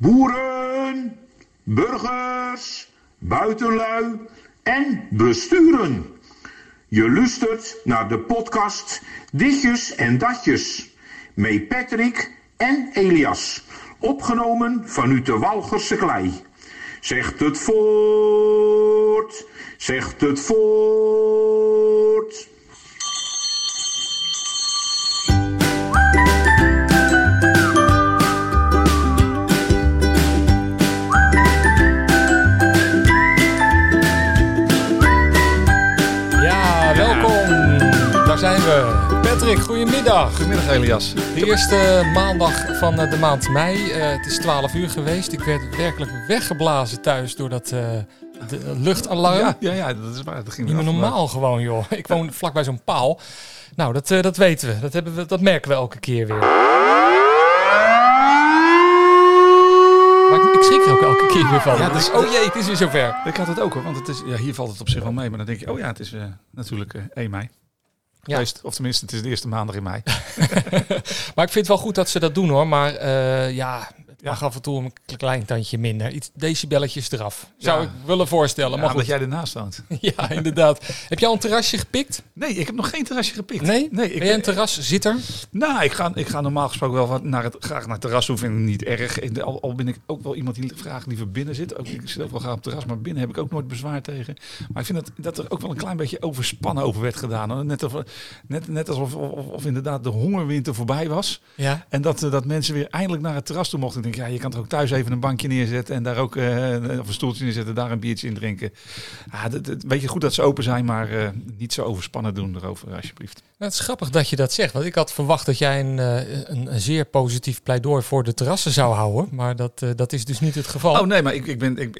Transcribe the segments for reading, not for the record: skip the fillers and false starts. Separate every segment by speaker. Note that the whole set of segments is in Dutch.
Speaker 1: Boeren, burgers, buitenlui en besturen. Je luistert naar de podcast Ditjes en Datjes. Met Patrick en Elias. Opgenomen vanuit de Walcherse klei. Zegt het voort, zegt het voort.
Speaker 2: Daar zijn we. Patrick, goedemiddag.
Speaker 3: Goedemiddag Elias.
Speaker 2: De eerste maandag van de maand mei. Het is 12 uur geweest. Ik werd werkelijk weggeblazen thuis door dat de luchtalarm.
Speaker 3: Ja, dat is waar. Dat ging
Speaker 2: niet meer normaal gewoon, joh. Ik woon vlakbij zo'n paal. Nou, dat weten we. Dat merken we elke keer weer. Maar ik schrik er ook elke keer weer van. Ja, dus, oh jee, het is weer zover.
Speaker 3: Ik had het ook hoor, want het is, hier valt het op zich wel mee. Maar dan denk je, het is natuurlijk 1 mei.
Speaker 2: Ja.
Speaker 3: Of tenminste, het is de eerste maandag in mei.
Speaker 2: Maar ik vind het wel goed dat ze dat doen hoor. Maar het mag af en toe een klein tandje minder. Iets decibelletjes eraf. Zou ik willen voorstellen.
Speaker 3: Ja,
Speaker 2: maar
Speaker 3: omdat jij ernaast woont.
Speaker 2: Ja, inderdaad. Heb jij al een terrasje gepikt?
Speaker 3: Nee, ik heb nog geen terrasje gepikt.
Speaker 2: Nee? Ben jij een terraszitter?
Speaker 3: Nou, ik ga normaal gesproken wel graag naar het terras toe. Vind ik niet erg. Al ben ik ook wel iemand die graag liever binnen zit. Ik zit ook wel graag op het terras, maar binnen heb ik ook nooit bezwaar tegen. Maar ik vind dat er ook wel een klein beetje overspannen over werd gedaan. Hoor. Net alsof inderdaad de hongerwinter voorbij was. Ja. En dat mensen weer eindelijk naar het terras toe mochten. Ik denk, je kan toch ook thuis even een bankje neerzetten en daar ook of een stoeltje neerzetten, daar een biertje in drinken. Weet je goed dat ze open zijn, maar niet zo overspannen doen erover, alsjeblieft.
Speaker 2: Het is grappig dat je dat zegt, want ik had verwacht dat jij een zeer positief pleidooi voor de terrassen zou houden, maar dat is dus niet het geval.
Speaker 3: Oh nee, maar ik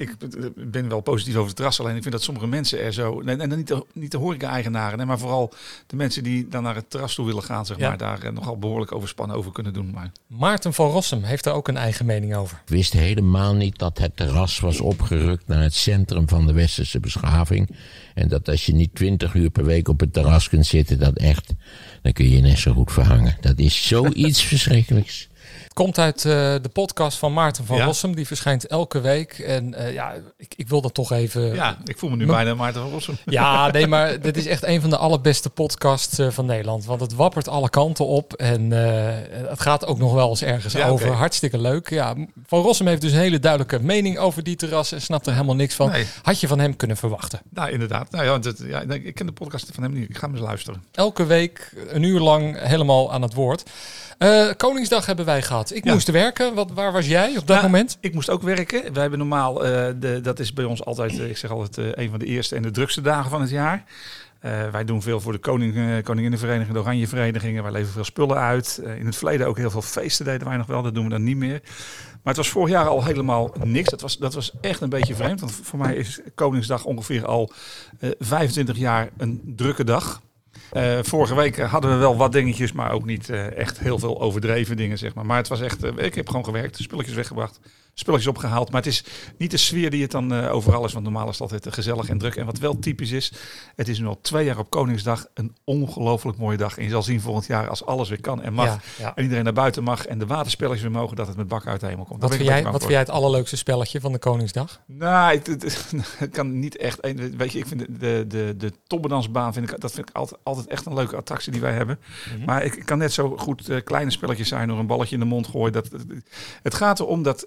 Speaker 3: ben wel positief over het terras, alleen ik vind dat sommige mensen er zo, en niet de horeca-eigenaren, maar vooral de mensen die dan naar het terras toe willen gaan, zeg maar, daar nogal behoorlijk overspannen over kunnen doen. Maar
Speaker 2: Maarten van Rossum heeft daar ook een eigen mening over.
Speaker 4: Ik wist helemaal niet dat het terras was opgerukt naar het centrum van de westerse beschaving. En dat als je niet 20 uur per week op het terras kunt zitten, dan kun je net zo goed verhangen. Dat is zoiets verschrikkelijks.
Speaker 2: Het komt uit de podcast van Maarten van Rossum. Die verschijnt elke week. En ik wil dat toch even...
Speaker 3: Ja, ik voel me nu bijna Maarten van Rossum.
Speaker 2: Ja, nee, maar dit is echt een van de allerbeste podcasts van Nederland. Want het wappert alle kanten op. En het gaat ook nog wel eens ergens over. Okay. Hartstikke leuk. Ja, Van Rossum heeft dus een hele duidelijke mening over die terrassen. Snapt er helemaal niks van. Nee. Had je van hem kunnen verwachten.
Speaker 3: Nou, inderdaad. Nou, ik ken de podcast van hem niet. Ik ga hem eens luisteren.
Speaker 2: Elke week 1 uur lang helemaal aan het woord. Koningsdag hebben wij gehad. Ik moest werken. Waar was jij op dat moment?
Speaker 3: Ik moest ook werken. Wij hebben normaal, dat is bij ons altijd, ik zeg altijd, een van de eerste en de drukste dagen van het jaar. Wij doen veel voor de Koninginnenvereniging, de Oranjeverenigingen. Wij leveren veel spullen uit. In het verleden ook heel veel feesten deden wij nog wel. Dat doen we dan niet meer. Maar het was vorig jaar al helemaal niks. Dat was echt een beetje vreemd. Want voor mij is Koningsdag ongeveer al 25 jaar een drukke dag. Vorige week hadden we wel wat dingetjes, maar ook niet echt heel veel overdreven dingen, zeg maar. Maar het was echt, ik heb gewoon gewerkt, spulletjes weggebracht, spulletjes opgehaald. Maar het is niet de sfeer die het dan overal is, want normaal is het altijd gezellig en druk. En wat wel typisch is, het is nu al 2 jaar op Koningsdag een ongelooflijk mooie dag. En je zal zien volgend jaar, als alles weer kan en mag, en iedereen naar buiten mag en de waterspelletjes weer mogen, dat het met bak uit de hemel komt.
Speaker 2: Wat vind jij het allerleukste spelletje van de Koningsdag?
Speaker 3: Nou, het kan niet echt. Weet je, ik vind de tobbedansbaan vind ik altijd echt een leuke attractie die wij hebben. Mm-hmm. Maar ik kan net zo goed kleine spelletjes zijn door een balletje in de mond gooien. Het gaat erom dat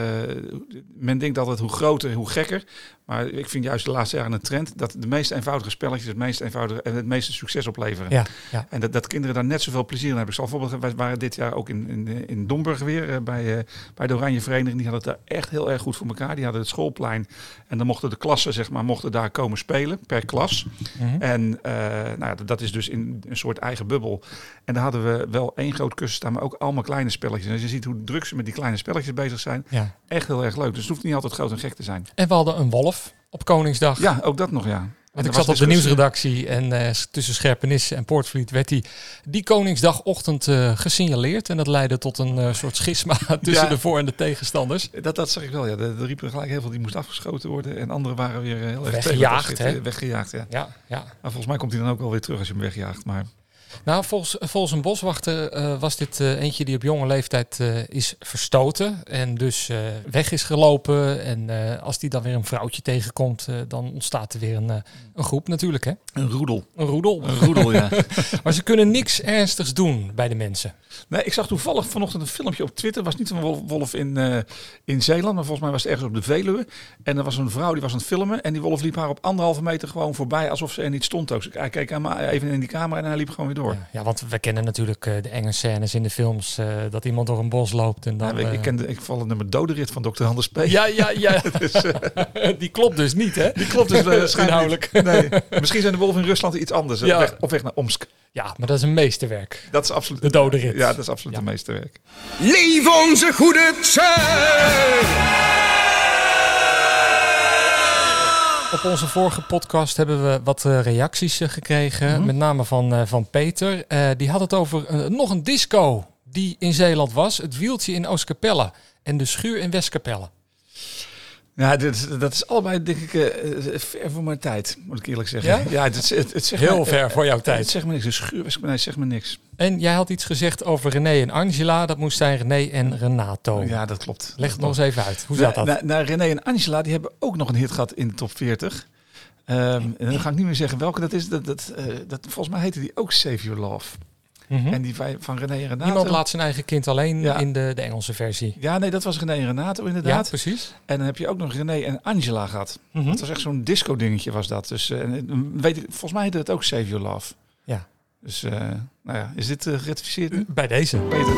Speaker 3: men denkt altijd hoe groter, hoe gekker. Maar ik vind juist de laatste jaren een trend dat de meest eenvoudige spelletjes het meeste succes opleveren. Ja. En dat kinderen daar net zoveel plezier in hebben. Ik zal bijvoorbeeld, wij waren dit jaar ook in Domburg weer bij de Oranje Vereniging. Die hadden het daar echt heel erg goed voor elkaar. Die hadden het schoolplein en dan mochten de klassen, zeg maar, daar komen spelen per klas. Mm-hmm. En dat is dus in een soort eigen bubbel. En daar hadden we wel 1 groot kussen staan, maar ook allemaal kleine spelletjes. En als je ziet hoe druk ze met die kleine spelletjes bezig zijn, echt heel erg leuk. Dus het hoeft niet altijd groot en gek te zijn.
Speaker 2: En we hadden een wolf op Koningsdag.
Speaker 3: Ja, ook dat nog, ja.
Speaker 2: Want ik zat op de nieuwsredactie en tussen Scherpenisse en Poortvliet werd die Koningsdagochtend gesignaleerd. En dat leidde tot een soort schisma tussen de voor- en de tegenstanders.
Speaker 3: Dat zag ik wel, ja. Er riepen gelijk heel veel die moest afgeschoten worden. En anderen waren weer heel erg
Speaker 2: weggejaagd,
Speaker 3: weggejaagd, ja.
Speaker 2: Ja.
Speaker 3: Maar volgens mij komt hij dan ook wel weer terug als je hem wegjaagt. Maar
Speaker 2: Nou, volgens een boswachter was dit eentje die op jonge leeftijd is verstoten en dus weg is gelopen. En als die dan weer een vrouwtje tegenkomt, dan ontstaat er weer een groep natuurlijk, hè?
Speaker 3: Een roedel.
Speaker 2: Een roedel.
Speaker 3: Een roedel, ja.
Speaker 2: Maar ze kunnen niks ernstigs doen bij de mensen.
Speaker 3: Nee, ik zag toevallig vanochtend een filmpje op Twitter. Het was niet een wolf in Zeeland, maar volgens mij was het ergens op de Veluwe. En er was een vrouw die was aan het filmen en die wolf liep haar op 1,5 meter gewoon voorbij alsof ze er niet stond ook. Hij keek even in die camera en hij liep gewoon weer door.
Speaker 2: Ja, want we kennen natuurlijk de enge scènes in de films dat iemand door een bos loopt en dan...
Speaker 3: Ik val het nummer Dodenrit van Dr. Anders P.
Speaker 2: Ja. Dus, die klopt dus niet, hè?
Speaker 3: Die klopt dus
Speaker 2: waarschijnlijk.
Speaker 3: Nee. Misschien zijn de wolven in Rusland iets anders.
Speaker 2: Ja.
Speaker 3: Op weg naar Omsk.
Speaker 2: Ja, maar dat is een meesterwerk.
Speaker 3: Dat is absoluut
Speaker 2: de Dodenrit.
Speaker 3: Ja, dat is absoluut een meesterwerk.
Speaker 5: Leef onze goede tijd!
Speaker 2: Op onze vorige podcast hebben we wat reacties gekregen. Met name van Peter. Die had het over nog een disco die in Zeeland was. Het Wieltje in Oostkapelle en de Schuur in Westkapelle.
Speaker 3: Ja, dat is allebei denk ik ver voor mijn tijd, moet ik eerlijk zeggen. Ja, het zegt
Speaker 2: heel ver voor jouw tijd.
Speaker 3: Het zegt me niks. De Schuur, nee, zegt me niks.
Speaker 2: En jij had iets gezegd over René en Angela. Dat moest zijn René en Renato.
Speaker 3: Ja, dat klopt.
Speaker 2: Leg het nog eens even uit. Hoe zat dat?
Speaker 3: René en Angela die hebben ook nog een hit gehad in de top 40. En dan ga ik niet meer zeggen welke dat is. Dat volgens mij heette die ook Save Your Love. En die van René en Renato.
Speaker 2: Niemand laat zijn eigen kind alleen in de Engelse versie.
Speaker 3: Ja, nee, dat was René en Renato inderdaad.
Speaker 2: Ja, precies.
Speaker 3: En dan heb je ook nog René en Angela gehad. Dat was echt zo'n disco dingetje was dat. Dus volgens mij heette het ook Save Your Love.
Speaker 2: Ja.
Speaker 3: Dus nou ja, is dit geratificeerd nu?
Speaker 2: Bij deze.
Speaker 3: Peter.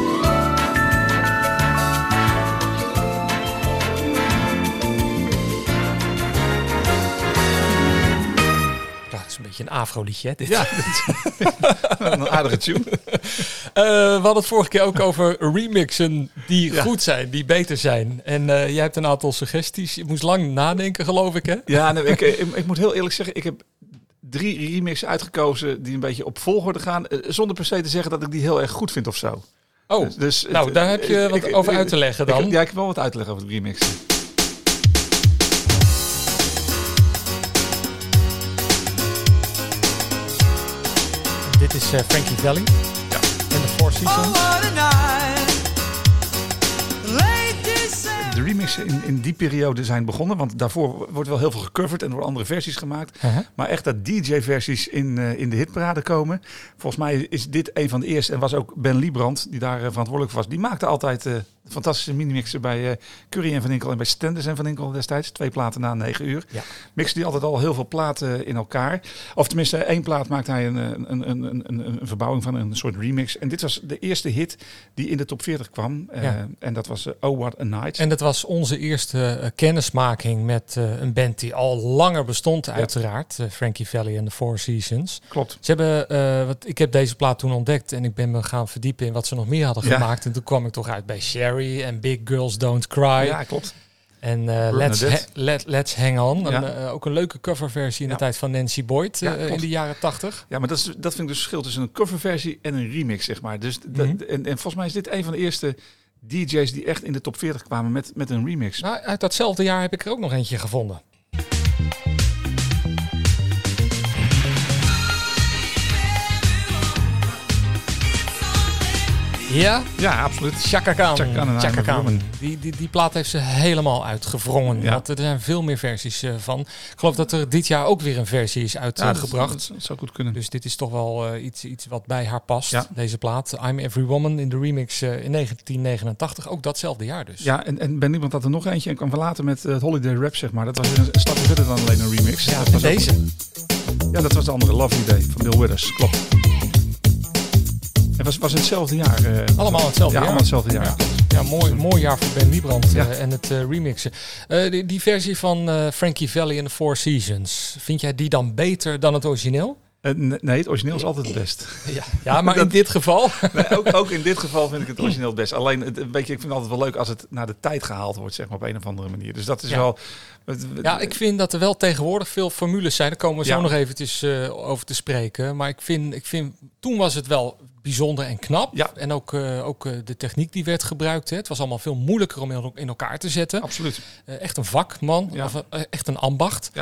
Speaker 2: Dat is een beetje een afro-liedje, hè, dit.
Speaker 3: Ja, een aardige tune.
Speaker 2: We hadden het vorige keer ook over remixen die goed zijn, die beter zijn. En jij hebt een aantal suggesties. Je moest lang nadenken, geloof ik, hè?
Speaker 3: Ja, nou, ik moet heel eerlijk zeggen, ik heb 3 remixen uitgekozen die een beetje op volgorde gaan. Zonder per se te zeggen dat ik die heel erg goed vind of zo.
Speaker 2: Oh, dus nou, daar heb je wat over uit te leggen dan.
Speaker 3: Ik heb wel wat uit te leggen over de remixen.
Speaker 2: Dit is Frankie Valli.
Speaker 3: Ja.
Speaker 2: En de Four Seasons.
Speaker 3: De remixen in die periode zijn begonnen, want daarvoor wordt wel heel veel gecoverd en door andere versies gemaakt. Maar echt dat DJ-versies in de hitparade komen. Volgens mij is dit een van de eerste en was ook Ben Liebrand, die daar verantwoordelijk voor was. Die maakte altijd fantastische minimixen bij Curry en Van Inkel en bij Stenders en Van Inkel destijds. 2 platen na 9 uur. Ja. Mixte die altijd al heel veel platen in elkaar. Of tenminste, 1 plaat maakte hij een verbouwing van een soort remix. En dit was de eerste hit die in de top 40 kwam. En dat was Oh What a Night.
Speaker 2: En dat was onze eerste kennismaking met een band die al langer bestond, uiteraard. Frankie Valli en de Four Seasons.
Speaker 3: Klopt.
Speaker 2: Ze hebben, ik heb deze plaat toen ontdekt en ik ben me gaan verdiepen in wat ze nog meer hadden gemaakt. En toen kwam ik toch uit bij Sherry en Big Girls Don't Cry.
Speaker 3: Ja, klopt.
Speaker 2: En Let's Hang On. Ook een leuke coverversie in de tijd van Nancy Boyd in de jaren 80.
Speaker 3: Ja, maar dat vind ik dus het verschil tussen een coverversie en een remix, zeg maar. Dus en volgens mij is dit een van de eerste DJ's die echt in de top 40 kwamen met een remix.
Speaker 2: Nou, uit datzelfde jaar heb ik er ook nog eentje gevonden. Ja?
Speaker 3: Ja, absoluut.
Speaker 2: Chaka Khan.
Speaker 3: En
Speaker 2: Die plaat heeft ze helemaal uitgewrongen. Ja. Want er zijn veel meer versies van. Ik geloof dat er dit jaar ook weer een versie is uitgebracht.
Speaker 3: Dat zou goed kunnen.
Speaker 2: Dus dit is toch wel iets wat bij haar past. Ja. Deze plaat. I'm Every Woman in de remix in 1989. Ook datzelfde jaar dus.
Speaker 3: Ja, en Ben Liebrand had er nog eentje en kwam verlaten met het Holiday Rap, zeg maar. Dat was een stapje verder dan alleen een remix.
Speaker 2: Ja,
Speaker 3: dat was
Speaker 2: deze.
Speaker 3: Ja, dat was de andere Lovely Day van Bill Withers. Klopt. Het was hetzelfde jaar.
Speaker 2: Allemaal hetzelfde jaar.
Speaker 3: Allemaal hetzelfde jaar.
Speaker 2: Ja, mooi jaar voor Ben Liebrand en het remixen. Die versie van Frankie Valli en de Four Seasons. Vind jij die dan beter dan het origineel?
Speaker 3: Nee, het origineel is altijd het best.
Speaker 2: Ja, maar in dit geval?
Speaker 3: Nee, ook in dit geval vind ik het origineel het best. Alleen, ik vind het altijd wel leuk als het naar de tijd gehaald wordt, zeg maar, op een of andere manier. Dus dat is wel...
Speaker 2: Ja, ik vind dat er wel tegenwoordig veel formules zijn. Daar komen we zo nog eventjes over te spreken. Maar ik vind, toen was het wel bijzonder en knap. Ja. En ook de techniek die werd gebruikt. Hè. Het was allemaal veel moeilijker om in elkaar te zetten.
Speaker 3: Absoluut.
Speaker 2: Echt een vak, man. Ja. Of echt een ambacht.
Speaker 3: Ja.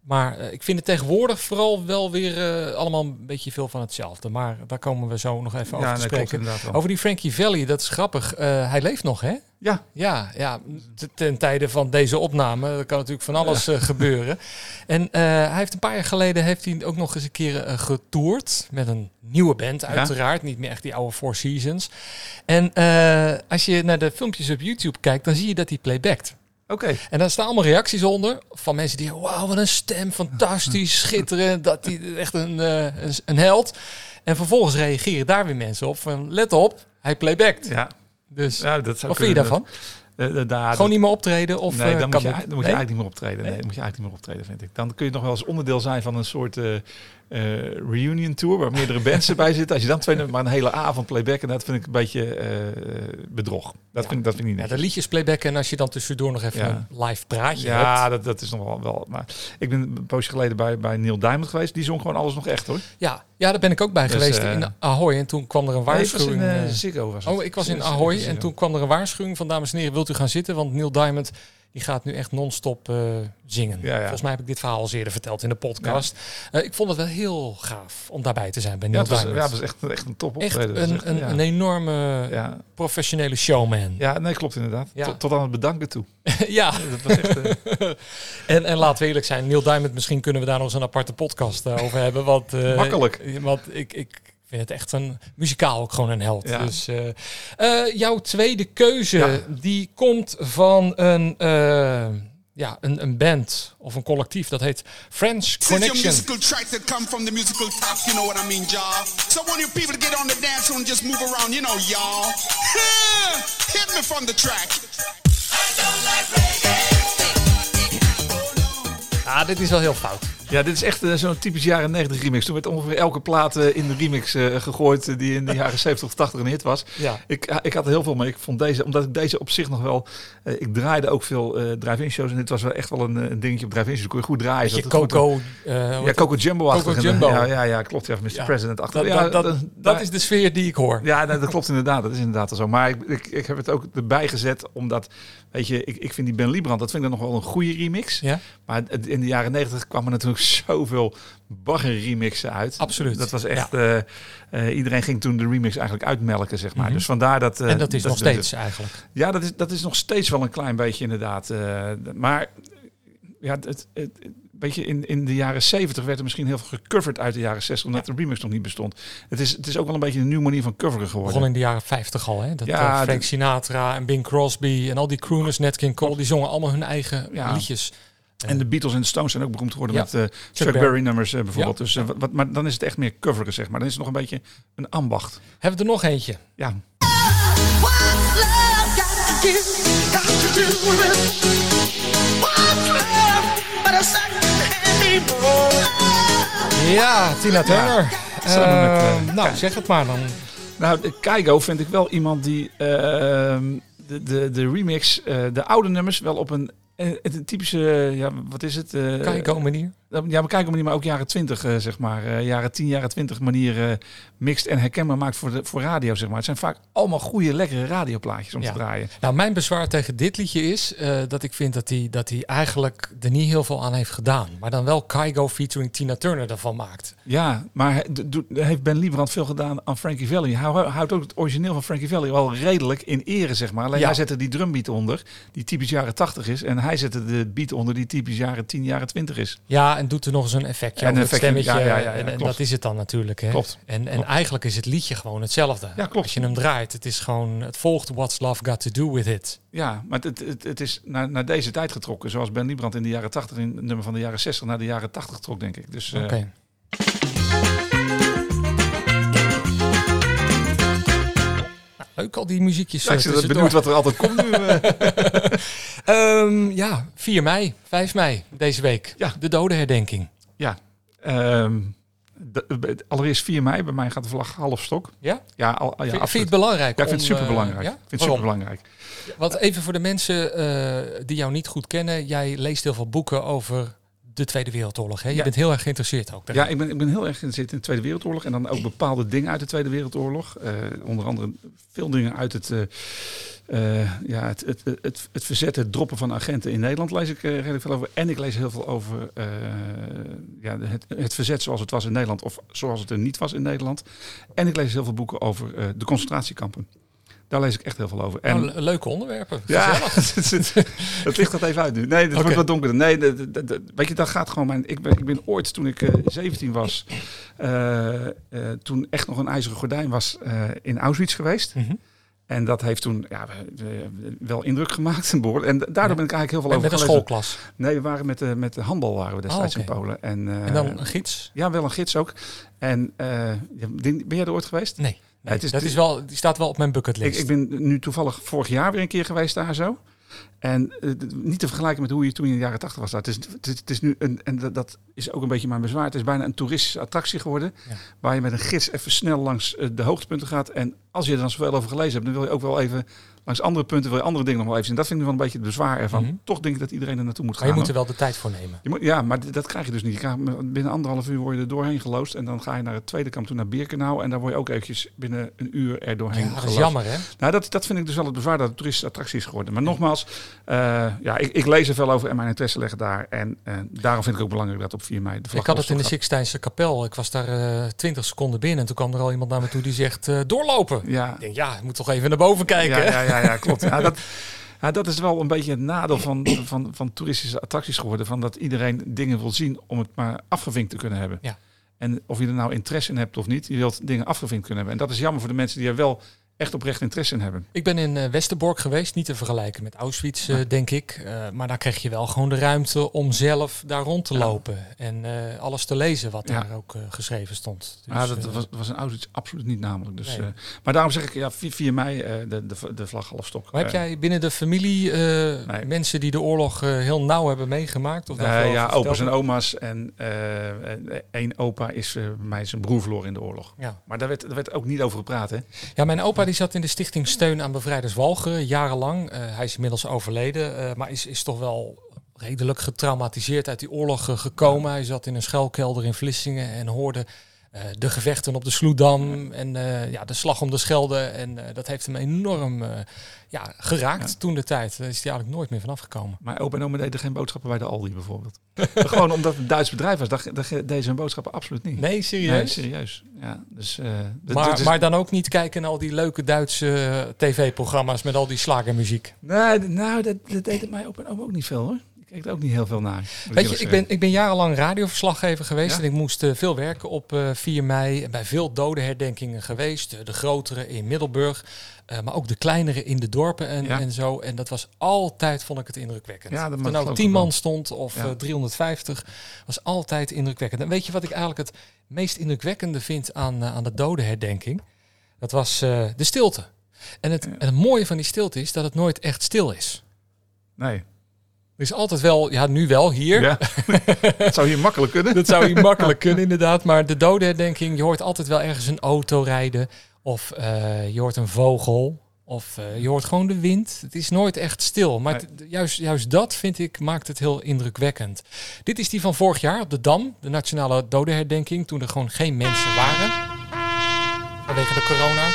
Speaker 2: Maar ik vind het tegenwoordig vooral wel weer allemaal een beetje veel van hetzelfde. Maar daar komen we zo nog even over te spreken. Over die Frankie Valli, dat is grappig. Hij leeft nog, hè?
Speaker 3: Ja.
Speaker 2: Ja, ten tijde van deze opname. Er kan natuurlijk van alles gebeuren. En hij heeft een paar jaar geleden ook nog eens een keer getoerd. Met een nieuwe band, uiteraard. Niet meer echt die oude Four Seasons. En als je naar de filmpjes op YouTube kijkt, dan zie je dat hij playbackt.
Speaker 3: Oké.
Speaker 2: En daar staan allemaal reacties onder van mensen die, wauw, wat een stem, fantastisch, schitterend, dat hij echt een held. En vervolgens reageren daar weer mensen op van, let op, hij playbackt.
Speaker 3: Ja.
Speaker 2: Dus
Speaker 3: Dat
Speaker 2: wat vind je daarvan? Gewoon niet meer optreden? Of,
Speaker 3: nee, dan moet je eigenlijk niet meer optreden. Nee, moet je eigenlijk niet meer optreden, vind ik. Dan kun je nog wel eens onderdeel zijn van een soort reunion tour waar meerdere bands erbij zitten. Als je dan maar een hele avond playbacken, dat vind ik een beetje bedrog. Dat vind ik niet netjes.
Speaker 2: Ja, de liedjes playbacken en als je dan tussendoor nog even een live praatje hebt.
Speaker 3: Ja, dat is nog wel. Maar ik ben een poosje geleden bij Neil Diamond geweest. Die zong gewoon alles nog echt, hoor.
Speaker 2: Ja, daar ben ik ook bij geweest in Ahoy. En toen kwam er een waarschuwing.
Speaker 3: Nee, Ziggo was het.
Speaker 2: Ik was in Ahoy en toen kwam er een waarschuwing van, dames en heren, wilt u gaan zitten? Want Neil Diamond die gaat nu echt non-stop zingen. Ja. Volgens mij heb ik dit verhaal al eerder verteld in de podcast. Ja. Ik vond het wel heel gaaf om daarbij te zijn bij Neil Diamond.
Speaker 3: Het was echt een top optreden.
Speaker 2: Echt een enorme professionele showman.
Speaker 3: Ja, nee, klopt inderdaad. Ja. Tot aan het bedanken toe.
Speaker 2: Ja.
Speaker 3: Dat was echt,
Speaker 2: en laten we eerlijk zijn, Neil Diamond, misschien kunnen we daar nog eens een aparte podcast over hebben. Want,
Speaker 3: makkelijk.
Speaker 2: Want ik vind het echt muzikaal ook gewoon een held. Ja. Dus jouw tweede keuze, die komt van een band of een collectief. Dat heet French Connection. Musical tracks that come from the musical top, you know what I mean, y'all. So I want you people to get on the dance and just move around, you know, y'all. Hit me from the track. I don't like reggae. Ah, dit is wel heel fout.
Speaker 3: Ja, dit is echt zo'n typisch jaren 90 remix. Toen werd ongeveer elke plaat in de remix gegooid die in de jaren 70 of 80 een hit was. Ja. Ik had er heel veel mee. Ik vond deze, omdat ik deze op zich nog wel... ik draaide ook veel drive-in shows en dit was wel echt wel een dingetje op drive-in shows. Kon je goed draaien.
Speaker 2: Coco...
Speaker 3: Coco Jumbo-achtig.
Speaker 2: Coco Jumbo.
Speaker 3: Ja, klopt. Ja, Mr. President achter.
Speaker 2: Dat is de sfeer die ik hoor.
Speaker 3: Ja, dat klopt inderdaad. Dat is inderdaad al zo. Maar ik heb het ook erbij gezet, omdat... Weet je, ik vind die Ben Liebrand, dat vind ik dan nog wel een goede remix. Ja? Maar in de jaren 90 kwam er natuurlijk zoveel bagger remixen uit.
Speaker 2: Absoluut.
Speaker 3: Dat was echt... iedereen ging toen de remix eigenlijk uitmelken, zeg maar. Mm-hmm. Dus vandaar dat...
Speaker 2: en dat is nog steeds eigenlijk.
Speaker 3: Ja, dat is nog steeds wel een klein beetje inderdaad. Maar ja, weet je, in de jaren 70 werd er misschien heel veel gecoverd uit de jaren 60, omdat de remix nog niet bestond. Het is ook wel een beetje een nieuwe manier van coveren geworden.
Speaker 2: Begon in de jaren 50 al, hè? Dat Frank Sinatra en Bing Crosby en al die crooners, Nat King Cole, die zongen allemaal hun eigen liedjes.
Speaker 3: En de Beatles en de Stones zijn ook beroemd geworden met Chuck Berry nummers bijvoorbeeld. Ja. Dus, maar dan is het echt meer coveren, zeg maar. Dan is het nog een beetje een ambacht.
Speaker 2: Hebben we er nog eentje?
Speaker 3: Ja.
Speaker 2: Ja, Tina Turner. Nou, zeg het maar dan.
Speaker 3: Nou, Kygo vind ik wel iemand die de remix, de oude nummers wel op een typische, wat is het?
Speaker 2: Kygo manier?
Speaker 3: Ja, maar Kygo manier, maar ook jaren 20, zeg maar. Jaren 10, jaren 20 manier mixt en herkenbaar maakt voor radio, zeg maar. Het zijn vaak allemaal goede, lekkere radioplaatjes om te draaien.
Speaker 2: Nou, mijn bezwaar tegen dit liedje is dat ik vind dat hij eigenlijk er niet heel veel aan heeft gedaan. Maar dan wel Kygo featuring Tina Turner ervan maakt.
Speaker 3: Ja, maar heeft Ben Liebrand veel gedaan aan Frankie Valli. Hij houdt ook het origineel van Frankie Valli wel redelijk in ere, zeg maar. Alleen hij zette die drumbeat onder, die typisch jaren 80 is. En hij zette de beat onder die typisch jaren 10, jaren 20 is.
Speaker 2: Ja, en doet er nog eens een effectje over het stemmetje. En dat is het dan natuurlijk. Hè?
Speaker 3: Klopt.
Speaker 2: En eigenlijk is het liedje gewoon hetzelfde. Ja, klopt. Als je hem draait, het volgt What's Love Got To Do With It.
Speaker 3: Ja, maar het is naar deze tijd getrokken. Zoals Ben Liebrand in de jaren 80, in het nummer van de jaren 60 naar de jaren 80 trok, denk ik. Dus,
Speaker 2: Oké. Leuk, al die muziekjes.
Speaker 3: Ik ben benieuwd wat er altijd komt nu.
Speaker 2: 4 mei, 5 mei deze week. Ja. De dodenherdenking.
Speaker 3: Ja. Allereerst 4 mei. Bij mij gaat de vlag half stok.
Speaker 2: Ja?
Speaker 3: Ja,
Speaker 2: vind je het belangrijk?
Speaker 3: Ja, ik vind het superbelangrijk. Ik vind het superbelangrijk.
Speaker 2: Want even voor de mensen die jou niet goed kennen. Jij leest heel veel boeken over de Tweede Wereldoorlog. Hè? Je bent heel erg geïnteresseerd ook.
Speaker 3: Ja, ik ben heel erg geïnteresseerd in de Tweede Wereldoorlog. En dan ook bepaalde dingen uit de Tweede Wereldoorlog. Onder andere veel dingen uit het Het verzet, het droppen van agenten in Nederland lees ik redelijk veel over. En ik lees heel veel over het verzet zoals het was in Nederland of zoals het er niet was in Nederland. En ik lees heel veel boeken over de concentratiekampen. Daar lees ik echt heel veel over. En,
Speaker 2: leuke onderwerpen.
Speaker 3: Ja, het ligt dat even uit nu. Nee, het wordt wat donkerder. Nee, weet je, dat gaat gewoon. Ik ben ooit, toen ik 17 was, toen echt nog een ijzeren gordijn was, in Auschwitz geweest. Mm-hmm. En dat heeft toen wel indruk gemaakt. En daardoor ben ik eigenlijk heel veel over
Speaker 2: met een schoolklas?
Speaker 3: Nee, we waren met de handbal waren we destijds in Polen. En
Speaker 2: dan een gids?
Speaker 3: Ja, wel een gids ook. En ben jij er ooit geweest?
Speaker 2: Nee. Nee, die staat wel op mijn bucketlist.
Speaker 3: Ik ben nu toevallig vorig jaar weer een keer geweest daar zo. En niet te vergelijken met hoe je toen in de jaren 80 was. Het is nu dat is ook een beetje mijn bezwaar. Het is bijna een toeristische attractie geworden. Ja. Waar je met een gids even snel langs de hoogtepunten gaat. En als je er dan zoveel over gelezen hebt, dan wil je ook wel even langs andere punten, wil je andere dingen nog wel even zien. Dat vind ik wel een beetje het bezwaar ervan. Mm-hmm. Toch denk ik dat iedereen er naartoe moet gaan.
Speaker 2: Maar je moet er wel de tijd voor nemen.
Speaker 3: Maar dat krijg je dus niet. Binnen 1,5 uur word je er doorheen geloosd. En dan ga je naar het tweede kamp toe, naar Birkenau. En daar word je ook eventjes binnen een uur er doorheen geloosd.
Speaker 2: Dat is jammer, hè?
Speaker 3: Nou, dat vind ik dus wel het bezwaar dat het toeristische attractie is geworden. Maar nogmaals, ik lees er veel over en mijn interesse liggen daar. En daarom vind ik ook belangrijk dat op 4 mei de vlag.
Speaker 2: Ik had het in de Sixtijnse kapel. Ik was daar 20 seconden binnen. En toen kwam er al iemand naar me toe die zegt, doorlopen. Ja. Ik denk, je moet toch even naar boven kijken.
Speaker 3: Ja, klopt. Dat is wel een beetje het nadeel van toeristische attracties geworden. Van dat iedereen dingen wil zien om het maar afgevinkt te kunnen hebben. Ja. En of je er nou interesse in hebt of niet, je wilt dingen afgevinkt kunnen hebben. En dat is jammer voor de mensen die er wel echt oprecht interesse in hebben.
Speaker 2: Ik ben in Westerbork geweest, niet te vergelijken met Auschwitz, denk ik. Maar daar kreeg je wel gewoon de ruimte om zelf daar rond te lopen. En alles te lezen wat daar ook geschreven stond.
Speaker 3: Dus, dat was in Auschwitz absoluut niet namelijk. Dus, nee. Maar daarom zeg ik, 4 mei de vlag half stok.
Speaker 2: Maar heb jij binnen de familie mensen die de oorlog heel nauw hebben meegemaakt? Of
Speaker 3: opa's en oma's. En één opa is mij zijn broer verloren in de oorlog. Ja. Maar daar werd ook niet over gepraat, hè?
Speaker 2: Ja, mijn opa die zat in de stichting Steun aan Bevrijders Walcheren jarenlang. Hij is inmiddels overleden, maar is toch wel redelijk getraumatiseerd uit die oorlog gekomen. Hij zat in een schuilkelder in Vlissingen en hoorde de gevechten op de Sloedam en de slag om de Schelde. En dat heeft hem enorm geraakt toen de tijd. Daar is hij eigenlijk nooit meer vanaf gekomen.
Speaker 3: Maar opa en oma deden geen boodschappen bij de Aldi bijvoorbeeld. Gewoon omdat het een Duits bedrijf was. Dat deden zijn boodschappen absoluut niet.
Speaker 2: Nee, serieus?
Speaker 3: Nee, serieus. Ja, dus,
Speaker 2: maar dan ook niet kijken naar al die leuke Duitse tv-programma's met al die slagermuziek?
Speaker 3: Nee, dat deed het mij opa en oma ook niet veel, hoor. Ik kijk er ook niet heel veel naar.
Speaker 2: Weet je, ik ben jarenlang radioverslaggever geweest. En ik moest veel werken op 4 mei. En bij veel dodenherdenkingen geweest. De grotere in Middelburg. Maar ook de kleinere in de dorpen en zo. En dat was altijd, vond ik het indrukwekkend. Ja, er nou 10 man stond of 350. Was altijd indrukwekkend. En weet je wat ik eigenlijk het meest indrukwekkende vind aan de dodenherdenking? Dat was de stilte. En het mooie van die stilte is dat het nooit echt stil is.
Speaker 3: Nee.
Speaker 2: Er is altijd wel, nu wel, hier. Ja,
Speaker 3: dat zou hier makkelijk kunnen.
Speaker 2: Dat zou hier makkelijk kunnen, inderdaad. Maar de dodenherdenking, je hoort altijd wel ergens een auto rijden. Of je hoort een vogel. Of je hoort gewoon de wind. Het is nooit echt stil. Maar juist dat, vind ik, maakt het heel indrukwekkend. Dit is die van vorig jaar op de Dam. De nationale dodenherdenking. Toen er gewoon geen mensen waren. Vanwege de corona.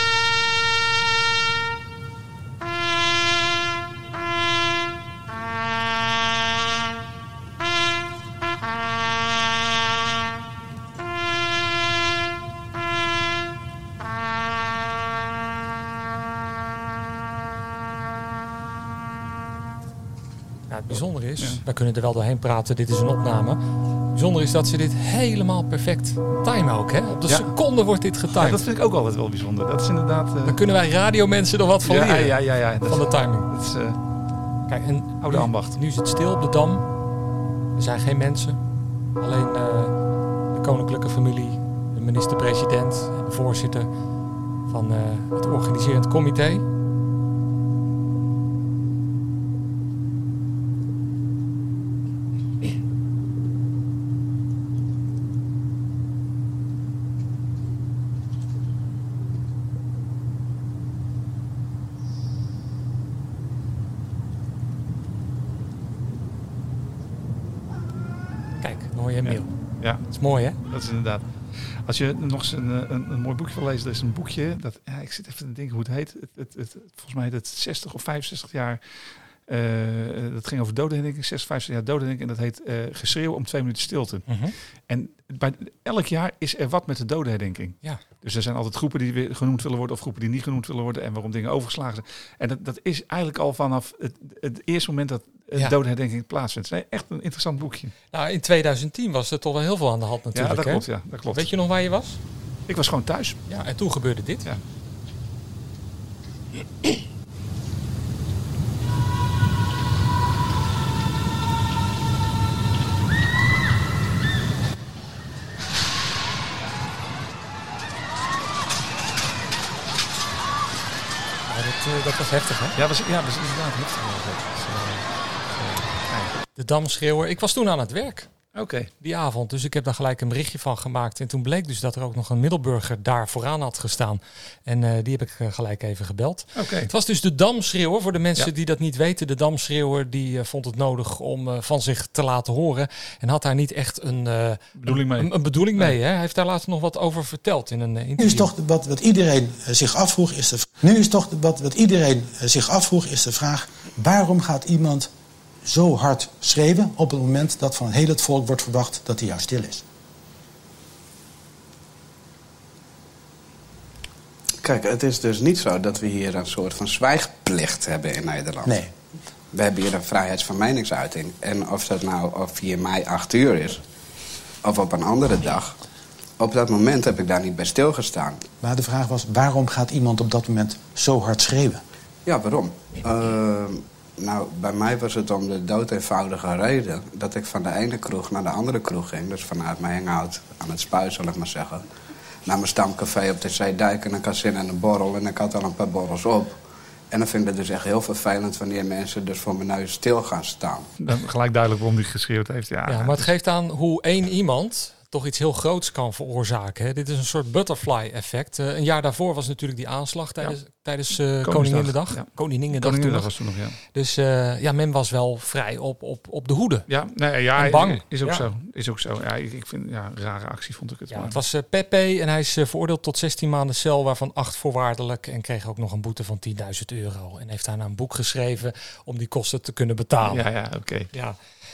Speaker 2: Het bijzondere is, wij kunnen er wel doorheen praten, dit is een opname. Het bijzondere is dat ze dit helemaal perfect timen ook. Hè? Op de seconde wordt dit getimed.
Speaker 3: Ja, dat vind ik ook altijd wel bijzonder. Dat is inderdaad...
Speaker 2: Dan kunnen wij radiomensen er wat van leren.
Speaker 3: Ja.
Speaker 2: Van de timing.
Speaker 3: Dat is
Speaker 2: kijk, en
Speaker 3: oude ambacht.
Speaker 2: Nu is het stil op de Dam. Er zijn geen mensen. Alleen de koninklijke familie, de minister-president en de voorzitter van het organiserend comité. Kijk, dan hoor je een mail.
Speaker 3: Ja.
Speaker 2: Dat is mooi, hè?
Speaker 3: Dat is inderdaad. Als je nog eens een mooi boekje wil lezen, er is een boekje. Ik zit even te denken hoe het heet. Volgens mij heet het 60 of 65 jaar. Dat ging over dodenherdenking, 56 jaar dodenherdenking. En dat heet Geschreeuw om 2 minuten stilte. Uh-huh. En elk jaar is er wat met de dodenherdenking. Ja. Dus er zijn altijd groepen die weer genoemd willen worden of groepen die niet genoemd willen worden en waarom dingen overgeslagen zijn. En dat is eigenlijk al vanaf het eerste moment dat dodenherdenking plaatsvindt. Nee, echt een interessant boekje.
Speaker 2: Nou, in 2010 was er toch wel heel veel aan de hand natuurlijk.
Speaker 3: Ja, dat klopt.
Speaker 2: Weet je nog waar je was?
Speaker 3: Ik was gewoon thuis.
Speaker 2: Ja, en toen gebeurde dit.
Speaker 3: Ja.
Speaker 2: Dat was heftig, hè?
Speaker 3: Ja, was inderdaad heftig.
Speaker 2: De Damschreeuwer. Ik was toen aan het werk.
Speaker 3: Oké.
Speaker 2: Die avond. Dus ik heb daar gelijk een berichtje van gemaakt. En toen bleek dus dat er ook nog een Middelburger daar vooraan had gestaan. En die heb ik gelijk even gebeld.
Speaker 3: Okay.
Speaker 2: Het was dus de Damschreeuwer. Voor de mensen die dat niet weten. De Damschreeuwer die vond het nodig om van zich te laten horen. En had daar niet echt een bedoeling mee. Hè? Hij heeft daar later nog wat over verteld in een interview.
Speaker 6: Nu is toch wat iedereen zich afvroeg is de vraag. Waarom gaat iemand zo hard schreeuwen op het moment dat van heel het volk wordt verwacht dat hij juist stil is?
Speaker 7: Kijk, het is dus niet zo dat we hier een soort van zwijgplicht hebben in Nederland.
Speaker 6: Nee.
Speaker 7: We hebben hier een vrijheid van meningsuiting. En of dat nou op 4 mei 8 uur is, of op een andere dag, op dat moment heb ik daar niet bij stilgestaan.
Speaker 6: Maar de vraag was, waarom gaat iemand op dat moment zo hard schreeuwen?
Speaker 7: Ja, waarom? Nou, bij mij was het om de dood eenvoudige reden dat ik van de ene kroeg naar de andere kroeg ging. Dus vanuit mijn hangout aan het Spuis, zal ik maar zeggen. Naar mijn stamcafé op de Zeedijk en ik had zin in een borrel en ik had al een paar borrels op. En dan vind ik het dus echt heel vervelend wanneer mensen dus voor mijn neus stil gaan staan.
Speaker 3: Dan gelijk duidelijk waarom hij geschreeuwd heeft. Ja,
Speaker 2: maar het geeft aan hoe één iemand toch iets heel groots kan veroorzaken. Hè? Dit is een soort butterfly effect. Een jaar daarvoor was natuurlijk die aanslag tijdens Koninginnedag. Ja. Koninginnedag
Speaker 3: was toen nog, ja.
Speaker 2: Dus men was wel vrij op de hoede.
Speaker 3: Ja, en bang. Is ook zo. Ja, ik vind, een rare actie vond ik het.
Speaker 2: Ja, het was Pepe en hij is veroordeeld tot 16 maanden cel, waarvan 8 voorwaardelijk. En kreeg ook nog een boete van €10.000. En heeft daarna een boek geschreven om die kosten te kunnen betalen.
Speaker 3: Ja, oké.
Speaker 2: Ja.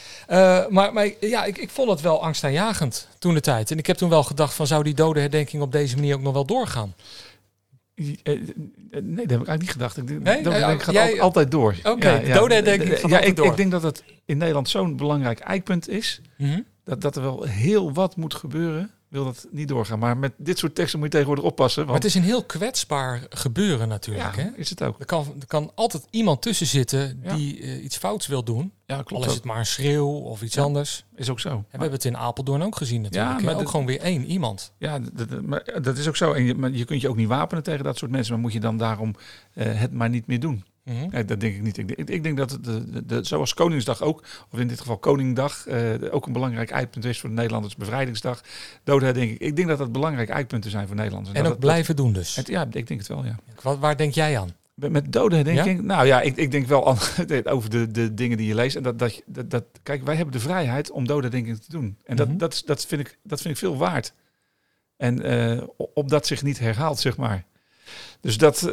Speaker 2: Ik vond het wel angstaanjagend toen de tijd. En ik heb toen wel gedacht van, zou die dodenherdenking op deze manier ook nog wel doorgaan?
Speaker 3: Nee, dat heb ik eigenlijk niet gedacht. Dat gaat altijd door.
Speaker 2: Oké, de dodenherdenking gaat altijd door.
Speaker 3: Ik denk dat het in Nederland zo'n belangrijk eikpunt is. Mm-hmm. Dat er wel heel wat moet gebeuren. Wil dat niet doorgaan. Maar met dit soort teksten moet je tegenwoordig oppassen. Want...
Speaker 2: Maar het is een heel kwetsbaar gebeuren natuurlijk.
Speaker 3: Ja, is het ook.
Speaker 2: Er kan altijd iemand tussen zitten die iets fouts wil doen.
Speaker 3: Ja, klopt.
Speaker 2: Al is het maar een schreeuw of iets anders.
Speaker 3: Is ook zo.
Speaker 2: En we hebben het in Apeldoorn ook gezien natuurlijk. Ja, maar ook gewoon weer één iemand.
Speaker 3: Ja, maar dat is ook zo. En je kunt je ook niet wapenen tegen dat soort mensen. Maar moet je dan daarom het maar niet meer doen. Mm-hmm. Nee, dat denk ik niet. Ik denk dat het zoals Koningsdag ook, of in dit geval Koningdag, ook een belangrijk eikpunt is voor de Nederlanders. Bevrijdingsdag, dodenherdenking. Ik denk dat dat belangrijk eikpunten zijn voor Nederlanders.
Speaker 2: En ook blijven doen dus.
Speaker 3: Ik denk het wel, ja.
Speaker 2: Waar denk jij aan?
Speaker 3: Met dodenherdenking? Ja? Nou ja, ik denk wel aan, over de dingen die je leest. En kijk, wij hebben de vrijheid om dodenherdenking te doen. En dat vind ik veel waard. En op dat zich niet herhaalt, zeg maar. Dus dat,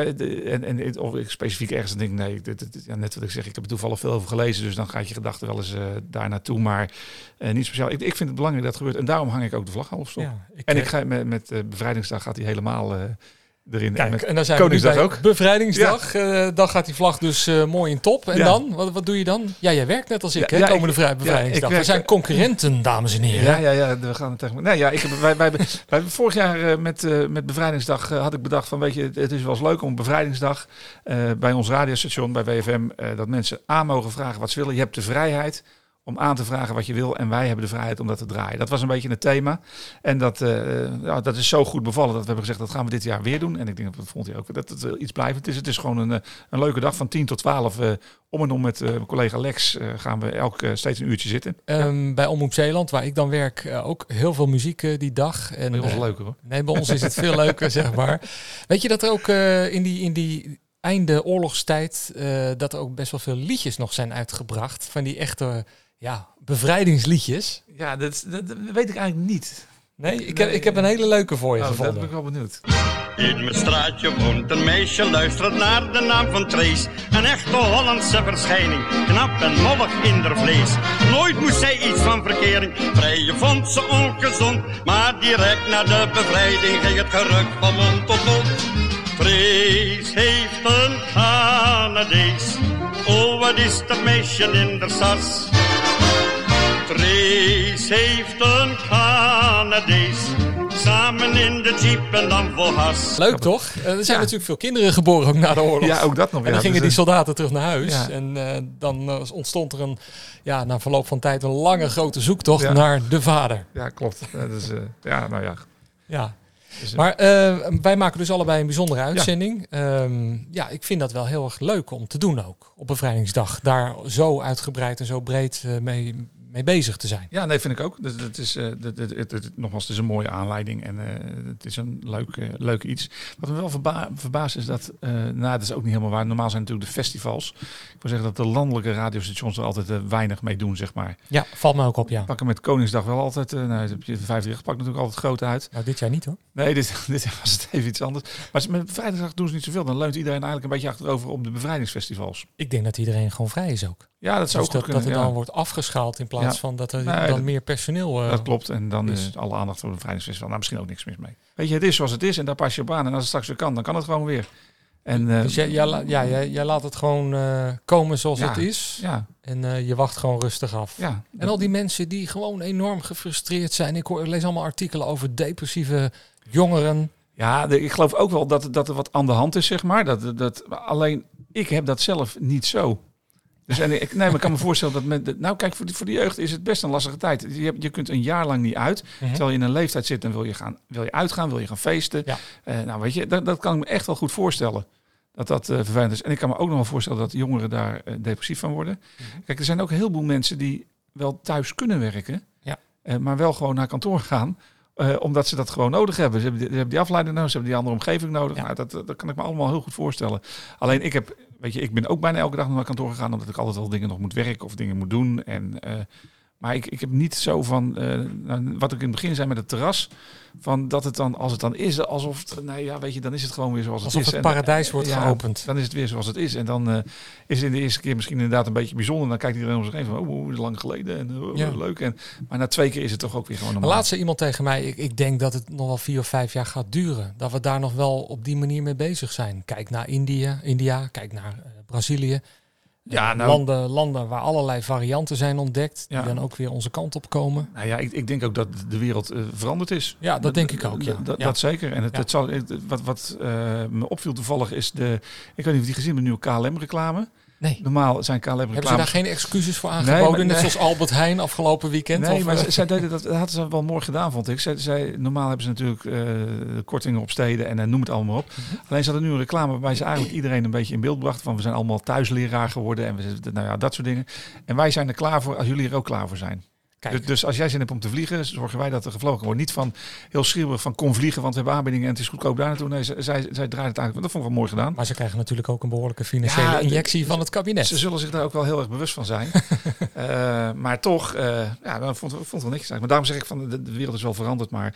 Speaker 3: of ik specifiek ergens denk, nee, net wat ik zeg, ik heb er toevallig veel over gelezen, dus dan gaat je gedachte wel eens daar naartoe, maar niet speciaal. Ik vind het belangrijk dat het gebeurt en daarom hang ik ook de vlag al op stop. Ja, ik ga met Bevrijdingsdag gaat hij helemaal erin.
Speaker 2: Kijk, en dan zijn Koningsdag we ook. Bevrijdingsdag, dan gaat die vlag dus mooi in top. En dan? Wat doe je dan? Ja, jij werkt net als ik, hè? Komende Bevrijdingsdag. We zijn concurrenten, dames en heren.
Speaker 3: Ja, we gaan het tegen. Nee, ja, wij hebben vorig jaar met Bevrijdingsdag had ik bedacht van, weet je, het is wel eens leuk om Bevrijdingsdag bij ons radiostation, bij WFM, dat mensen aan mogen vragen wat ze willen. Je hebt de vrijheid om aan te vragen wat je wil. En wij hebben de vrijheid om dat te draaien. Dat was een beetje het thema. En dat is zo goed bevallen dat we hebben gezegd, dat gaan we dit jaar weer doen. En ik denk dat we volgend jaar ook dat het iets blijvend is. Het is gewoon een leuke dag van 10 tot 12. Om en om met mijn collega Lex gaan we steeds een uurtje zitten.
Speaker 2: Bij Omroep Zeeland, waar ik dan werk, ook heel veel muziek die dag. En,
Speaker 3: bij ons leuker hoor.
Speaker 2: Nee, bij ons is het veel leuker, zeg maar. Weet je dat er ook in die einde oorlogstijd dat er ook best wel veel liedjes nog zijn uitgebracht van die echte bevrijdingsliedjes?
Speaker 3: Ja, dat weet ik eigenlijk niet.
Speaker 2: Nee, ik heb een hele leuke voor je gevonden.
Speaker 3: Dat ben ik wel benieuwd.
Speaker 8: In mijn straatje woont een meisje, luistert naar de naam van Trace. Een echte Hollandse verschijning, knap en mollig in haar vlees. Nooit moest zij iets van verkering, vrije vond ze ongezond. Maar direct na de bevrijding ging het gerucht van mond tot mond. Trace heeft een Canadees, oh wat is dat meisje in de sas. Trace heeft een Canadees, samen in de jeep en dan vol has.
Speaker 2: Leuk toch? Er zijn natuurlijk veel kinderen geboren ook na de oorlog.
Speaker 3: Ja, ook dat nog.
Speaker 2: En dan gingen
Speaker 3: dus,
Speaker 2: die soldaten terug naar huis.
Speaker 3: Ja.
Speaker 2: En dan ontstond er na verloop van tijd een lange grote zoektocht naar de vader.
Speaker 3: Ja, klopt. Dus, nou ja.
Speaker 2: Ja.
Speaker 3: Dus,
Speaker 2: maar wij maken dus allebei een bijzondere uitzending. Ja. Ik vind dat wel heel erg leuk om te doen ook. Op Bevrijdingsdag. Daar zo uitgebreid en zo breed mee bezig te zijn.
Speaker 3: Ja, nee, vind ik ook. Dat is, nogmaals, het is een mooie aanleiding en het is een leuk iets. Wat me wel verbaast is dat, dat is ook niet helemaal waar. Normaal zijn natuurlijk de festivals. Ik wil zeggen dat de landelijke radiostations er altijd weinig mee doen, zeg maar.
Speaker 2: Ja, valt me ook op, ja.
Speaker 3: Pakken met Koningsdag wel altijd, heb je de 538 pakt natuurlijk altijd groot uit.
Speaker 2: Nou, dit jaar niet hoor.
Speaker 3: Nee, dit was het even iets anders. Maar met Vrijdag doen ze niet zoveel. Dan leunt iedereen eigenlijk een beetje achterover op de bevrijdingsfestivals.
Speaker 2: Ik denk dat iedereen gewoon vrij is ook.
Speaker 3: Ja, dat zou
Speaker 2: dus
Speaker 3: ook kunnen.
Speaker 2: Dat er dan wordt afgeschaald in plaats van dat er dan meer personeel...
Speaker 3: dat klopt. En dan is alle aandacht voor de bevrijdingsfestival. Nou, misschien ook niks mis mee. Weet je, het is zoals het is en daar pas je op aan. En als het straks weer kan, dan kan het gewoon weer. En,
Speaker 2: dus jij laat het gewoon komen zoals het is.
Speaker 3: Ja.
Speaker 2: En je wacht gewoon rustig af.
Speaker 3: Ja.
Speaker 2: En al die mensen die gewoon enorm gefrustreerd zijn. Ik lees allemaal artikelen over depressieve jongeren.
Speaker 3: Ja, ik geloof ook wel dat er wat aan de hand is, zeg maar. Alleen, ik heb dat zelf niet zo. Dus maar ik kan me voorstellen dat kijk, voor de jeugd is het best een lastige tijd. Je kunt een jaar lang niet uit. Terwijl je in een leeftijd zit en wil je uitgaan, wil je gaan feesten. Ja. Weet je, dat kan ik me echt wel goed voorstellen. Dat vervelend is. En ik kan me ook nog wel voorstellen dat jongeren daar depressief van worden. Kijk, er zijn ook een heleboel mensen die wel thuis kunnen werken. Ja. Maar wel gewoon naar kantoor gaan. Omdat ze dat gewoon nodig hebben. Ze hebben die afleiding nodig, ze hebben die andere omgeving nodig. Ja. Nou, dat kan ik me allemaal heel goed voorstellen. Alleen ik ben ook bijna elke dag naar kantoor gegaan, omdat ik altijd wel dingen nog moet werken of dingen moet doen. Maar ik heb niet zo van, wat ik in het begin zei met het terras, van dat het dan, als het dan is, alsof, dan is het gewoon weer zoals het is.
Speaker 2: Alsof het paradijs wordt geopend.
Speaker 3: Dan is het weer zoals het is. En dan is het in de eerste keer misschien inderdaad een beetje bijzonder. Dan kijkt iedereen om zich heen van, lang geleden en leuk. Maar na 2 keer is het toch ook weer gewoon normaal.
Speaker 2: Laatst zei iemand tegen mij, ik denk dat het nog wel 4 of 5 jaar gaat duren. Dat we daar nog wel op die manier mee bezig zijn. Kijk naar India, kijk naar Brazilië. Ja, landen waar allerlei varianten zijn ontdekt, die dan ook weer onze kant op komen.
Speaker 3: Nou ja, ik denk ook dat de wereld veranderd is.
Speaker 2: Ja, dat denk ik ook.
Speaker 3: Dat zeker. En het zal, wat me opviel toevallig is ik weet niet of je gezien met de nieuwe KLM-reclame. Nee. Normaal zijn KLM-reclames...
Speaker 2: Hebben ze daar geen excuses voor aangeboden? Net zoals Albert Heijn afgelopen weekend?
Speaker 3: Nee, maar zij deden dat hadden ze wel mooi gedaan, vond ik. Normaal hebben ze natuurlijk kortingen op steden en noem het allemaal op. Alleen ze hadden nu een reclame waarbij ze eigenlijk iedereen een beetje in beeld brachten van we zijn allemaal thuisleraar geworden en dat soort dingen. En wij zijn er klaar voor als jullie er ook klaar voor zijn. Dus als jij zin hebt om te vliegen, zorgen wij dat er gevlogen wordt. Niet van heel schreeuwig van kom vliegen, want we hebben aanbiedingen en het is goedkoop daar naartoe. Nee, zij draaien het eigenlijk. Dat vond ik wel mooi gedaan.
Speaker 2: Maar ze krijgen natuurlijk ook een behoorlijke financiële injectie van het kabinet. Ze
Speaker 3: zullen zich daar ook wel heel erg bewust van zijn. Maar toch, dat vond het wel netjes eigenlijk. Maar daarom zeg ik van de wereld is wel veranderd, maar...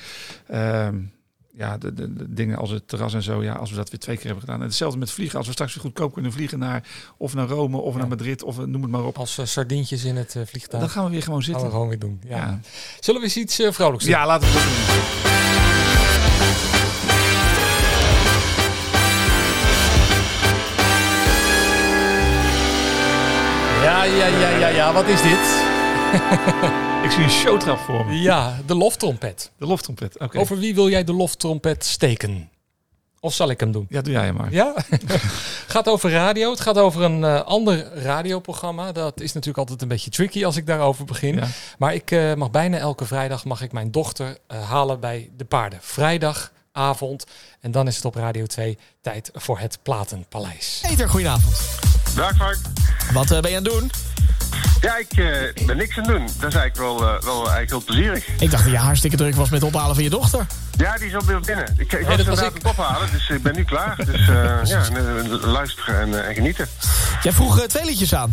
Speaker 3: de dingen als het terras en zo, als we dat weer 2 keer hebben gedaan. En hetzelfde met vliegen. Als we straks weer goedkoop kunnen vliegen naar Rome of naar Madrid of noem het maar op.
Speaker 2: Als sardientjes in het vliegtuig.
Speaker 3: Dan gaan we weer gewoon zitten.
Speaker 2: Gaan we gewoon weer doen. Ja. Zullen we eens iets vrolijks doen?
Speaker 3: Ja, laten we het doen.
Speaker 2: Ja, wat is dit?
Speaker 3: Ik zie een showtrap voor me.
Speaker 2: Ja, de loftrompet.
Speaker 3: De loftrompet, oké.
Speaker 2: Over wie wil jij de loftrompet steken? Of zal ik hem doen?
Speaker 3: Ja, doe jij hem maar.
Speaker 2: Ja? Gaat over radio. Het gaat over een ander radioprogramma. Dat is natuurlijk altijd een beetje tricky als ik daarover begin. Ja. Maar ik mag bijna elke vrijdag mijn dochter halen bij de paarden. Vrijdagavond. En dan is het op Radio 2 tijd voor het Platenpaleis.
Speaker 9: Peter, goedenavond.
Speaker 10: Dag Frank.
Speaker 9: Wat ben je aan het doen?
Speaker 10: Ja, ik ben niks aan het doen. Dat is eigenlijk wel eigenlijk heel plezierig.
Speaker 9: Ik dacht dat je hartstikke druk was met het ophalen van je dochter.
Speaker 10: Ja, die is al weer binnen. Ik was inderdaad het ophalen, dus ik ben nu klaar. Dus luisteren en genieten.
Speaker 9: Jij vroeg 2 liedjes aan.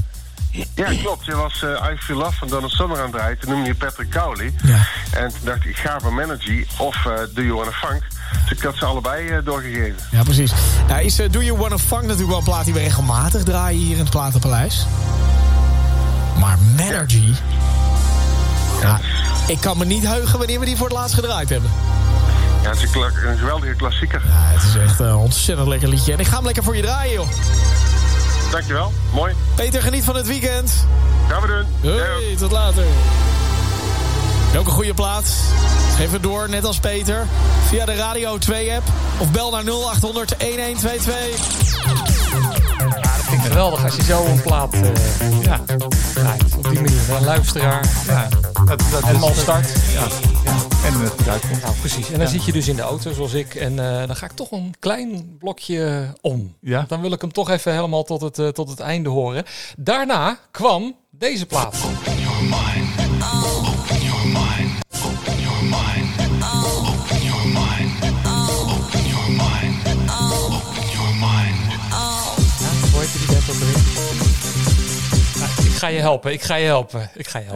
Speaker 10: Ja, klopt. Je was I Feel Love van Donna Summer aan het draaien. Toen noemde je Patrick Cowley.
Speaker 9: Ja.
Speaker 10: En toen dacht ik ga voor Energy of Do You Wanna Funk. Dus ik had ze allebei doorgegeven.
Speaker 9: Ja, precies. Nou, is Do You Wanna Funk natuurlijk wel een plaat die we regelmatig draaien hier in het Platenpaleis. Maar Energy... Ja, ik kan me niet heugen wanneer we die voor het laatst gedraaid hebben.
Speaker 10: Ja, het is een geweldige klassieker.
Speaker 9: Ja, het is echt een ontzettend lekker liedje. En ik ga hem lekker voor je draaien, joh.
Speaker 10: Dankjewel, mooi.
Speaker 9: Peter, geniet van het weekend.
Speaker 10: Gaan we doen.
Speaker 9: Hoi, tot later. Ook een goede plaat. Geef het door, net als Peter. Via de Radio 2-app. Of bel naar 0800 1122.
Speaker 2: Ja, dat vind ik geweldig als je zo een plaat draait. Op die manier. Een luisteraar.
Speaker 3: Ja, dat
Speaker 2: helemaal start.
Speaker 3: Ja. En het uitkomt.
Speaker 2: Nou, precies. En dan zit je dus in de auto zoals ik. En dan ga ik toch een klein blokje om.
Speaker 3: Ja.
Speaker 2: Dan wil ik hem toch even helemaal tot het einde horen. Daarna kwam deze plaat.
Speaker 11: Open your mind. Open your mind. Open your mind. Open your mind. Open your mind. Open your mind.
Speaker 2: Ja, hoe heet die net ook weer? Nou, ik ga je helpen.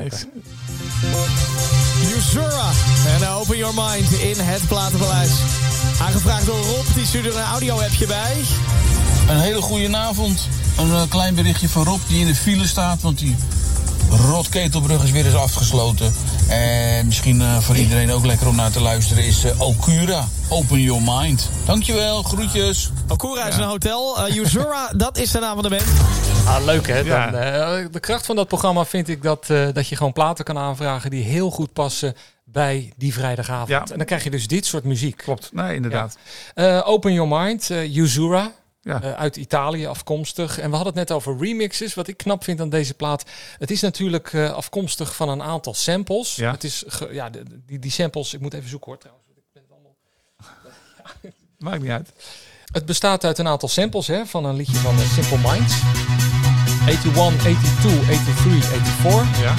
Speaker 9: Usura en Open Your Mind in het Platenpaleis. Aangevraagd door Rob, die stuurde er een audio-appje bij.
Speaker 12: Een hele goede avond. Een klein berichtje van Rob die in de file staat, want die rotketelbrug is weer eens afgesloten. En misschien voor iedereen ook lekker om naar te luisteren is Okura, Open Your Mind. Dankjewel, groetjes.
Speaker 9: Okura is een hotel. Usura, dat is de naam van de band.
Speaker 2: Ah, leuk hè.
Speaker 3: Ja.
Speaker 2: De kracht van dat programma vind ik dat je gewoon platen kan aanvragen die heel goed passen bij die vrijdagavond.
Speaker 3: Ja.
Speaker 2: En dan krijg je dus dit soort muziek.
Speaker 3: Klopt, nee, inderdaad.
Speaker 2: Open Your Mind, Usura.
Speaker 3: Ja.
Speaker 2: Uit Italië afkomstig. En we hadden het net over remixes. Wat ik knap vind aan deze plaat. Het is natuurlijk afkomstig van een aantal samples.
Speaker 3: Ja.
Speaker 2: Het is die samples. Ik moet even zoeken hoor trouwens. Ik ben het allemaal...
Speaker 3: Maakt niet uit.
Speaker 2: Het bestaat uit een aantal samples van een liedje van Simple Minds. 81, 82, 83, 84.
Speaker 3: Ja.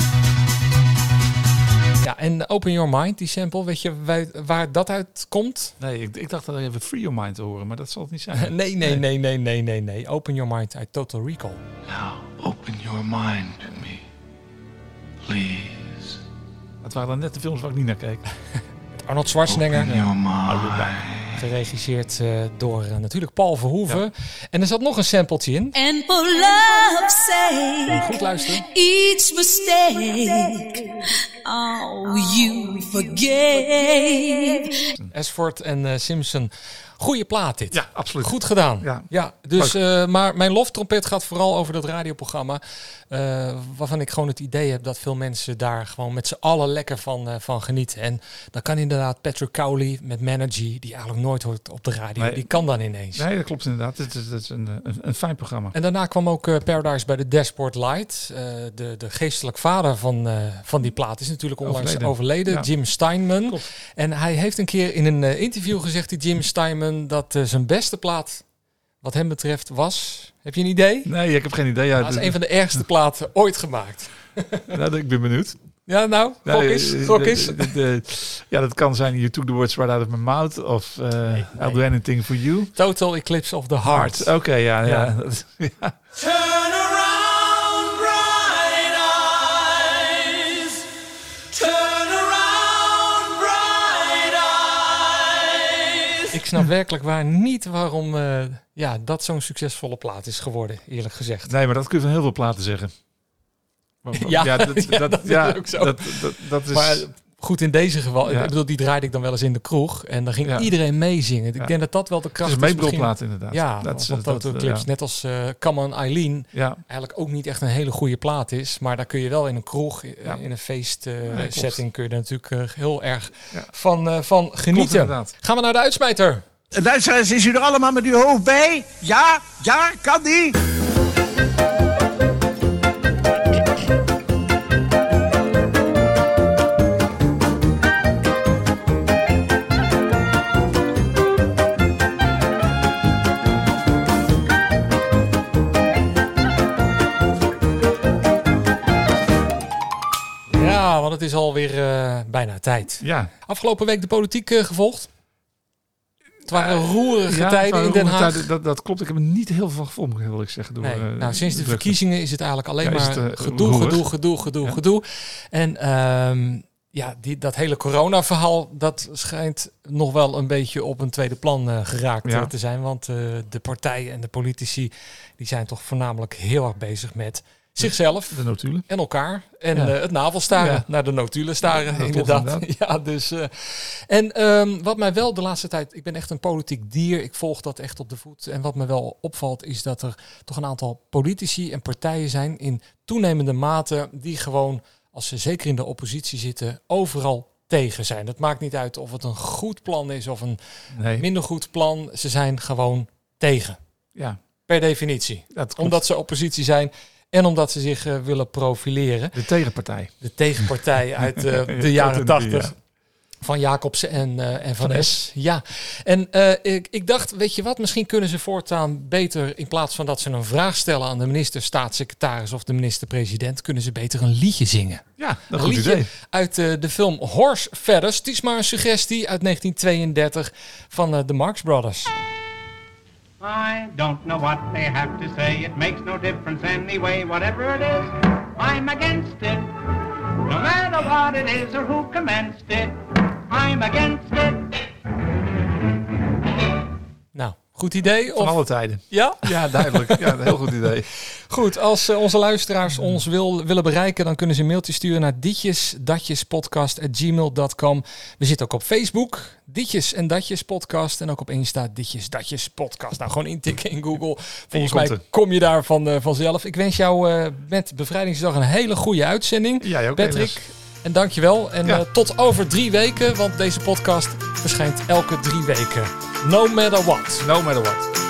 Speaker 2: Ja, en Open Your Mind, die sample, weet je waar dat uit komt?
Speaker 3: Nee, ik dacht dat even Free Your Mind te horen, maar dat zal het niet zijn.
Speaker 2: Nee. Open Your Mind uit Total Recall.
Speaker 11: Now open your mind to me. Please.
Speaker 3: Dat waren dan net de films waar ik niet naar keek.
Speaker 2: Arnold Schwarzenegger.
Speaker 11: Open your mind.
Speaker 2: Geregisseerd door natuurlijk Paul Verhoeven. Ja. En er zat nog een sampletje in.
Speaker 13: And for love's sake,
Speaker 2: goed luisteren.
Speaker 13: Each mistake, oh, you forgave.
Speaker 2: Ashford en Simpson. Goeie plaat dit.
Speaker 3: Ja, absoluut.
Speaker 2: Goed gedaan. Ja, dus, maar mijn loftrompet gaat vooral over dat radioprogramma. Waarvan ik gewoon het idee heb dat veel mensen daar gewoon met z'n allen lekker van genieten. En dan kan inderdaad Patrick Cowley met Energy, die eigenlijk nooit hoort op de radio, die kan dan ineens.
Speaker 3: Nee, dat klopt inderdaad. Het is een fijn programma.
Speaker 2: En daarna kwam ook Paradise by the Dashboard Light. De geestelijk vader van die plaat is natuurlijk onlangs overleden. Ja. Jim Steinman. Klopt. En hij heeft een keer in een interview gezegd, die Jim Steinman, dat zijn beste plaat wat hem betreft was... Heb je een idee?
Speaker 3: Nee, ik heb geen idee. Ja,
Speaker 2: dat is een van de ergste platen ooit gemaakt.
Speaker 3: Nou, ik ben benieuwd.
Speaker 2: Ja, nou, gok eens.
Speaker 3: Ja, dat kan zijn You Took the Words Right Out of My Mouth of I'll Do Anything For You.
Speaker 2: Total Eclipse of the Heart.
Speaker 3: Oké, ja.
Speaker 11: Turn around, bright eyes. Turn around, bright eyes.
Speaker 2: Ik snap werkelijk waar niet waarom dat zo'n succesvolle plaat is geworden, eerlijk gezegd.
Speaker 3: Nee, maar dat kun je van heel veel platen zeggen.
Speaker 2: Dat is ook zo.
Speaker 3: Dat is...
Speaker 2: Maar goed, in deze geval, ik bedoel, die draaide ik dan wel eens in de kroeg en dan ging iedereen meezingen. Ik denk dat wel de kracht is.
Speaker 3: Het is een meebrulplaat inderdaad.
Speaker 2: Ja, dat Total Eclipse, net als Come On Eileen, eigenlijk ook niet echt een hele goede plaat is, maar daar kun je wel in een kroeg, in een feestsetting kun je er natuurlijk heel erg van genieten. Gaan we naar de uitsmijter.
Speaker 14: Luisteraars, is u er allemaal met uw hoofd bij? Ja, kan die?
Speaker 2: Ja, want het is alweer bijna tijd.
Speaker 3: Ja.
Speaker 2: Afgelopen week de politiek gevolgd? Het waren roerige tijden in Den Haag.
Speaker 3: Dat klopt. Ik heb er niet heel veel van gevonden, wil ik zeggen. Door,
Speaker 2: sinds de verkiezingen is het eigenlijk alleen maar gedoe. En dat hele corona-verhaal, dat schijnt nog wel een beetje op een tweede plan geraakt te zijn. Want de partijen en de politici, die zijn toch voornamelijk heel erg bezig met zichzelf
Speaker 3: de notulen
Speaker 2: en elkaar en het navelstaren naar de notulen staren, inderdaad. Ja, dus wat mij wel de laatste tijd, ik ben echt een politiek dier, ik volg dat echt op de voet. En wat me wel opvalt is dat er toch een aantal politici en partijen zijn in toenemende mate die gewoon, als ze zeker in de oppositie zitten, overal tegen zijn. Het maakt niet uit of het een goed plan is of een minder goed plan. Ze zijn gewoon tegen.
Speaker 3: Ja.
Speaker 2: Per definitie. Omdat ze oppositie zijn en omdat ze zich willen profileren.
Speaker 3: De tegenpartij.
Speaker 2: De tegenpartij uit de jaren 80. Van Jacobsen en Van S. Ja, en ik dacht, weet je wat, misschien kunnen ze voortaan beter, in plaats van dat ze een vraag stellen aan de minister, staatssecretaris of de minister-president, kunnen ze beter een liedje zingen.
Speaker 3: Ja, dat
Speaker 2: een
Speaker 3: goed
Speaker 2: liedje
Speaker 3: idee.
Speaker 2: Uit de film Horse Feathers. Het is maar een suggestie uit 1932 van de Marx Brothers.
Speaker 15: I don't know what they have to say. It makes no difference anyway. Whatever it is, I'm against it. No matter what it is or who commenced it, I'm against it.
Speaker 2: Nou, goed idee?
Speaker 3: Van alle tijden.
Speaker 2: Ja?
Speaker 3: Ja, duidelijk. Ja, een heel goed idee.
Speaker 2: Goed, als onze luisteraars ons willen bereiken, dan kunnen ze een mailtje sturen naar ditjesdatjespodcast@gmail.com. We zitten ook op Facebook, Ditjes en Datjes Podcast. En ook op Insta, Ditjes Datjes Podcast. Nou, gewoon intikken in Google. Volgens mij kom je daar vanzelf. Ik wens jou met Bevrijdingsdag een hele goede uitzending.
Speaker 3: Jij ook,
Speaker 2: Patrick.
Speaker 3: Enes.
Speaker 2: En dankjewel. En tot over 3 weken, want deze podcast verschijnt elke 3 weken. No matter what.
Speaker 3: No matter what.